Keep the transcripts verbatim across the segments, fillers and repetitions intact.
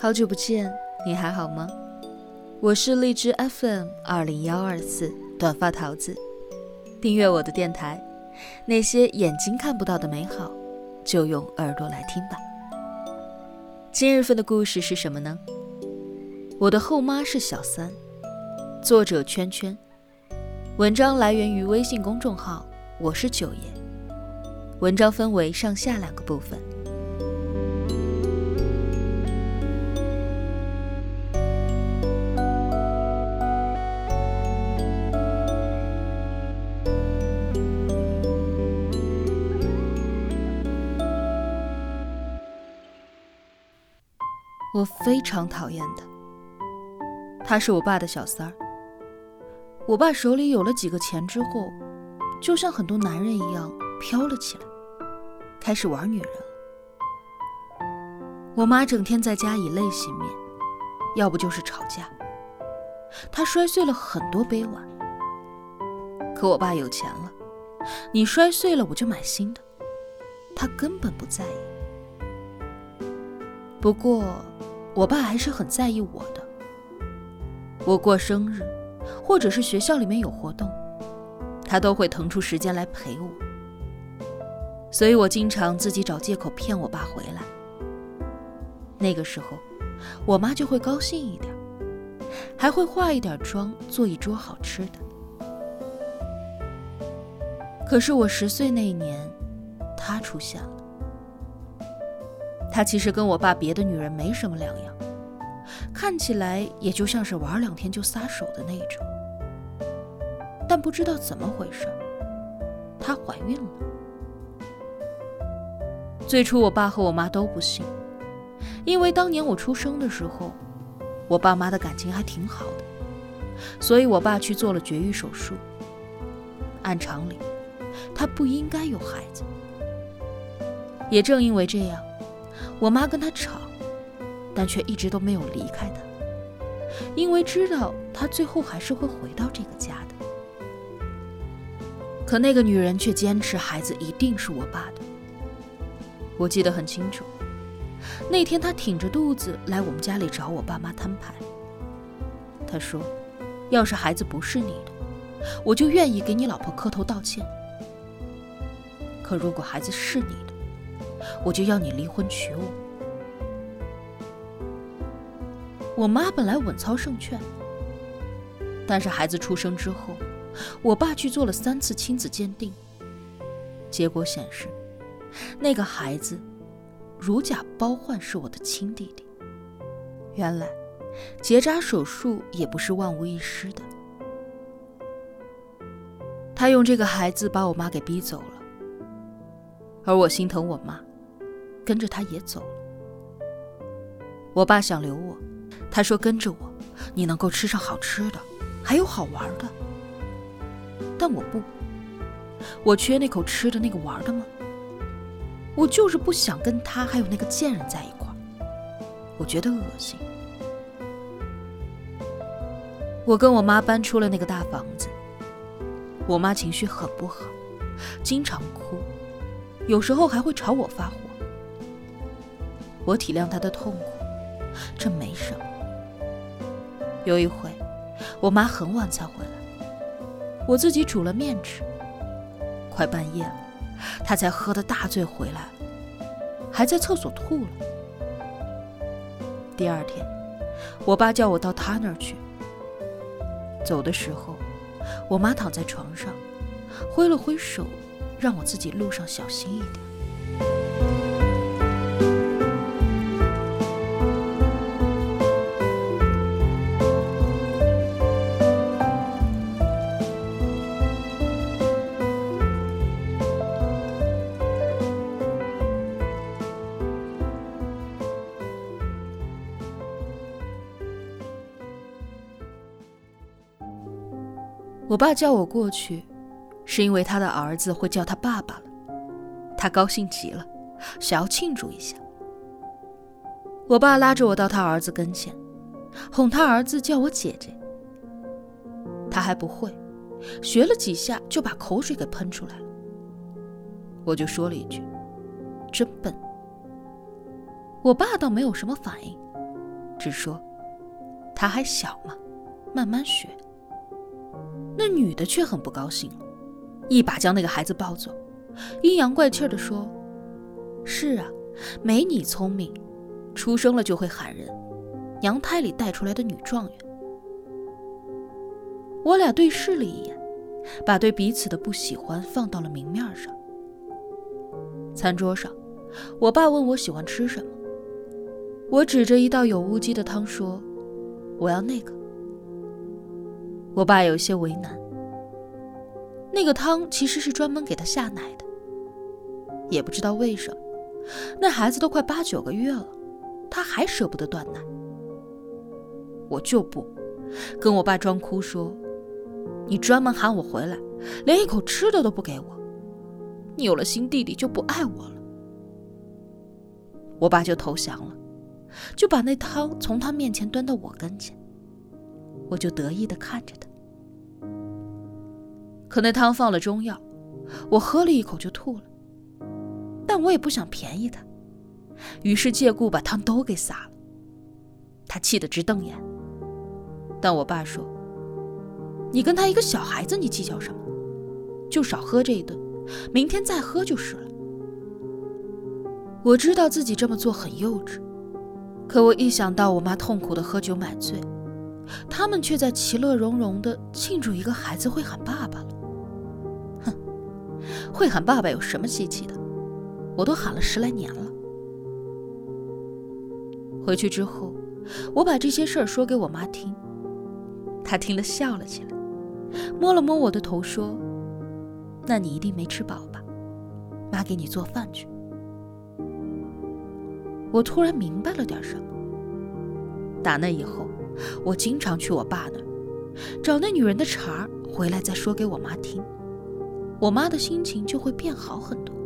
好久不见，你还好吗？我是荔枝 F M 二零一二四短发桃子，订阅我的电台，那些眼睛看不到的美好，就用耳朵来听吧。今日份的故事是什么呢？我的后妈是小三，作者圈圈，文章来源于微信公众号我是九爷，文章分为上下两个部分。我非常讨厌他，他是我爸的小三儿。我爸手里有了几个钱之后，就像很多男人一样飘了起来，开始玩女人了。我妈整天在家以泪洗面，要不就是吵架。她摔碎了很多杯碗，可我爸有钱了，你摔碎了我就买新的，他根本不在意。不过我爸还是很在意我的，我过生日或者是学校里面有活动，他都会腾出时间来陪我，所以我经常自己找借口骗我爸回来。那个时候我妈就会高兴一点，还会化一点妆，做一桌好吃的。可是我十岁那一年，他出现了。他其实跟我爸别的女人没什么两样，看起来也就像是玩两天就撒手的那种。但不知道怎么回事，她怀孕了。最初我爸和我妈都不信，因为当年我出生的时候，我爸妈的感情还挺好的，所以我爸去做了绝育手术。按常理，他不应该有孩子。也正因为这样，我妈跟他吵，但却一直都没有离开他，因为知道他最后还是会回到这个家的。可那个女人却坚持孩子一定是我爸的。我记得很清楚，那天她挺着肚子来我们家里找我爸妈摊牌。她说，要是孩子不是你的，我就愿意给你老婆磕头道歉。可如果孩子是你的，我就要你离婚娶我。我妈本来稳操胜券，但是孩子出生之后，我爸去做了三次亲子鉴定，结果显示，那个孩子如假包换是我的亲弟弟。原来结扎手术也不是万无一失的。他用这个孩子把我妈给逼走了，而我心疼我妈，跟着他也走了。我爸想留我，他说跟着我，你能够吃上好吃的，还有好玩的。但我不，我缺那口吃的那个玩的吗？我就是不想跟他还有那个贱人在一块儿，我觉得恶心。我跟我妈搬出了那个大房子，我妈情绪很不好，经常哭，有时候还会朝我发火。我体谅她的痛苦，这没什么。有一回，我妈很晚才回来，我自己煮了面吃，快半夜了，她才喝得大醉回来，还在厕所吐了。第二天，我爸叫我到他那儿去。走的时候，我妈躺在床上，挥了挥手，让我自己路上小心一点。我爸叫我过去，是因为他的儿子会叫他爸爸了，他高兴极了，想要庆祝一下。我爸拉着我到他儿子跟前，哄他儿子叫我姐姐。他还不会，学了几下就把口水给喷出来了。我就说了一句，真笨。我爸倒没有什么反应， 只说他还小嘛，慢慢学。那女的却很不高兴了，一把将那个孩子抱走，阴阳怪气地说：是啊，没你聪明，出生了就会喊人，娘胎里带出来的女状元。我俩对视了一眼，把对彼此的不喜欢放到了明面上。餐桌上，我爸问我喜欢吃什么，我指着一道有乌鸡的汤说：我要那个。我爸有些为难，那个汤其实是专门给他下奶的，也不知道为什么，那孩子都快八九个月了，他还舍不得断奶。我就不跟我爸装哭说：你专门喊我回来，连一口吃的都不给我，你有了新弟弟就不爱我了。我爸就投降了，就把那汤从他面前端到我跟前，我就得意地看着他。可那汤放了中药，我喝了一口就吐了，但我也不想便宜他，于是借故把汤都给洒了。他气得直瞪眼，但我爸说：你跟他一个小孩子，你计较什么？就少喝这一顿，明天再喝就是了。我知道自己这么做很幼稚，可我一想到我妈痛苦的喝酒买醉，他们却在其乐融融地庆祝一个孩子会喊爸爸了。哼，会喊爸爸有什么稀奇的？我都喊了十来年了。回去之后，我把这些事儿说给我妈听，她听了笑了起来，摸了摸我的头说：那你一定没吃饱吧？妈给你做饭去。我突然明白了点什么。打那以后，我经常去我爸那儿找那女人的茬，回来再说给我妈听，我妈的心情就会变好很多。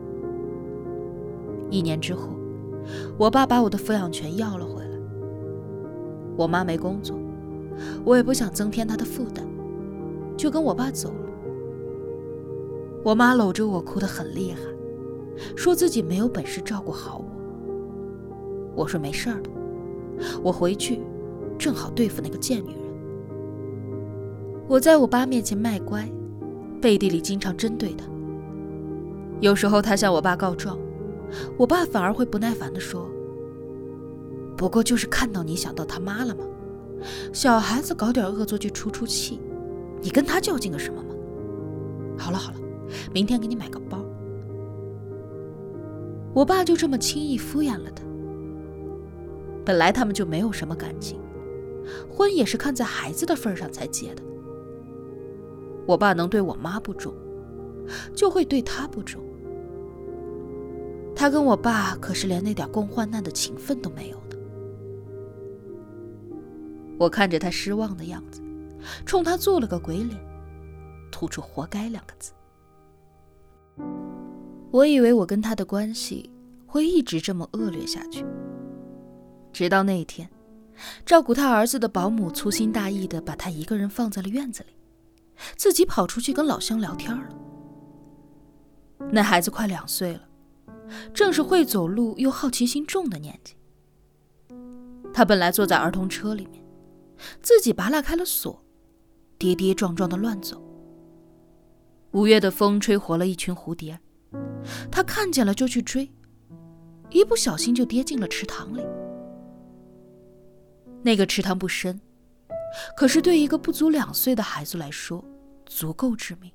一年之后，我爸把我的抚养权要了回来。我妈没工作，我也不想增添她的负担，就跟我爸走了。我妈搂着我哭得很厉害，说自己没有本事照顾好我。我说没事的，我回去正好对付那个贱女人。我在我爸面前卖乖，背地里经常针对他。有时候他向我爸告状，我爸反而会不耐烦地说：不过就是看到你想到他妈了吗？小孩子搞点恶作剧出出气，你跟他较劲个什么吗？好了好了，明天给你买个包。我爸就这么轻易敷衍了他。本来他们就没有什么感情，婚也是看在孩子的份上才结的。我爸能对我妈不忠，就会对他不忠。他跟我爸可是连那点共患难的情分都没有的。我看着他失望的样子，冲他做了个鬼脸，吐出活该两个字。我以为我跟他的关系会一直这么恶劣下去，直到那一天，照顾他儿子的保姆粗心大意地把他一个人放在了院子里，自己跑出去跟老乡聊天了。那孩子快两岁了，正是会走路又好奇心重的年纪。他本来坐在儿童车里面，自己拔拉开了锁，跌跌撞撞地乱走。五月的风吹活了一群蝴蝶，他看见了就去追，一不小心就跌进了池塘里。那个池塘不深，可是对一个不足两岁的孩子来说足够致命。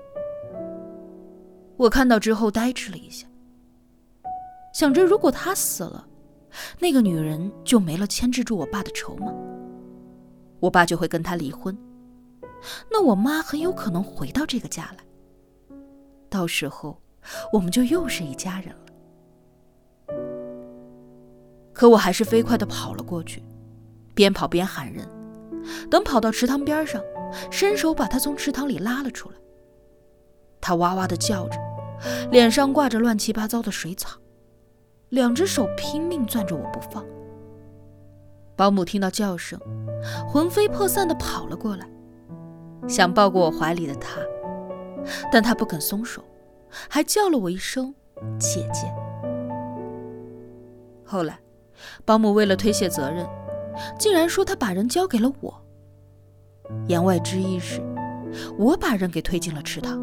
我看到之后呆滞了一下，想着如果他死了，那个女人就没了牵制住我爸的筹码，我爸就会跟他离婚，那我妈很有可能回到这个家来，到时候我们就又是一家人了。可我还是飞快地跑了过去，边跑边喊人，等跑到池塘边上，伸手把他从池塘里拉了出来。他哇哇地叫着，脸上挂着乱七八糟的水草，两只手拼命攥着我不放。保姆听到叫声，魂飞魄散地跑了过来，想抱过我怀里的他，但他不肯松手，还叫了我一声姐姐。后来保姆为了推卸责任， 竟然说他把人交给了我，言外之意是我把人给推进了池塘。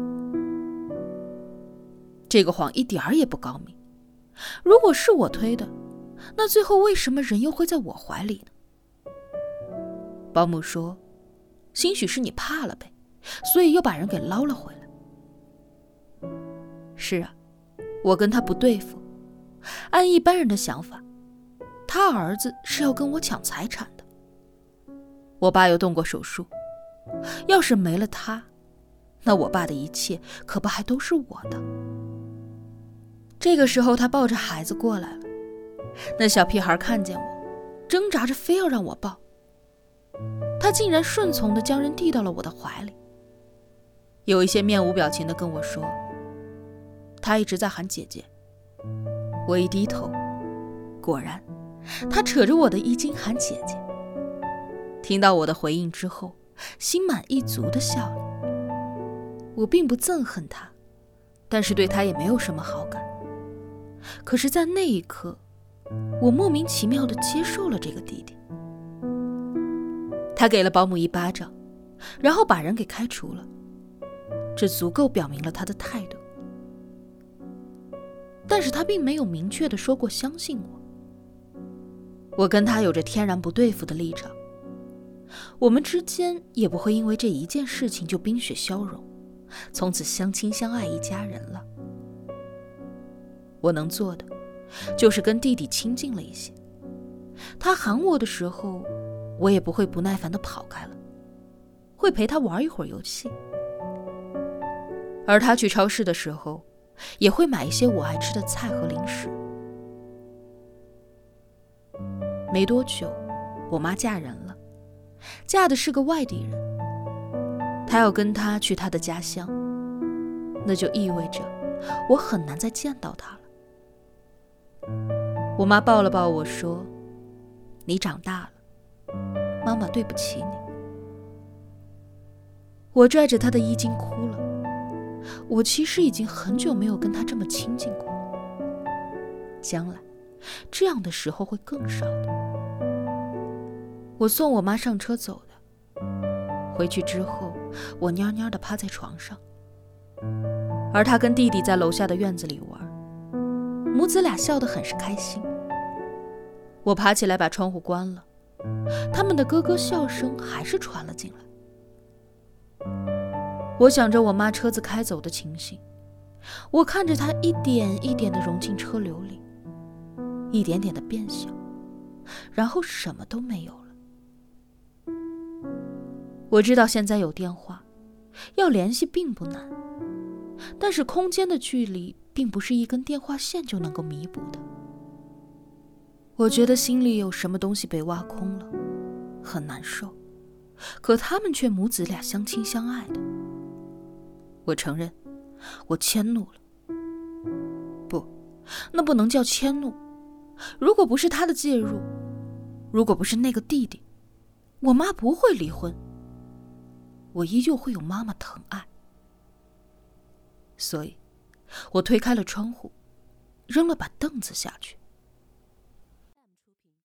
这个谎一点儿也不高明，如果是我推的，那最后为什么人又会在我怀里呢？保姆说，兴许是你怕了呗，所以又把人给捞了回来。是啊，我跟他不对付，按一般人的想法，他儿子是要跟我抢财产的。我爸又动过手术，要是没了他，那我爸的一切可不还都是我的。这个时候他抱着孩子过来了，那小屁孩看见我，挣扎着非要让我抱，他竟然顺从地将人递到了我的怀里，有一些面无表情地跟我说，他一直在喊姐姐。我一低头，果然他扯着我的衣襟喊姐姐。听到我的回应之后，心满意足地笑了。我并不憎恨他，但是对他也没有什么好感。可是在那一刻，我莫名其妙地接受了这个弟弟。他给了保姆一巴掌，然后把人给开除了，这足够表明了他的态度。但是他并没有明确地说过相信我。我跟他有着天然不对付的立场，我们之间也不会因为这一件事情就冰雪消融，从此相亲相爱一家人了。我能做的就是跟弟弟亲近了一些，他喊我的时候，我也不会不耐烦地跑开了，会陪他玩一会儿游戏。而他去超市的时候，也会买一些我爱吃的菜和零食。没多久，我妈嫁人了，嫁的是个外地人，她要跟他去她的家乡，那就意味着我很难再见到她了。我妈抱了抱我说，你长大了，妈妈对不起你。我拽着她的衣襟哭了，我其实已经很久没有跟她这么亲近过，将来这样的时候会更少的。我送我妈上车走的，回去之后我蔫蔫地趴在床上，而她跟弟弟在楼下的院子里玩，母子俩笑得很是开心。我爬起来把窗户关了，他们的咯咯笑声还是传了进来。我想着我妈车子开走的情形，我看着她一点一点地融进车流里，一点点地变小，然后什么都没有了。我知道现在有电话，要联系并不难，但是空间的距离并不是一根电话线就能够弥补的。我觉得心里有什么东西被挖空了，很难受，可他们却母子俩相亲相爱的。我承认，我迁怒了。不，那不能叫迁怒。如果不是他的介入，如果不是那个弟弟，我妈不会离婚，我依旧会有妈妈疼爱。所以，我推开了窗户，扔了把凳子下去。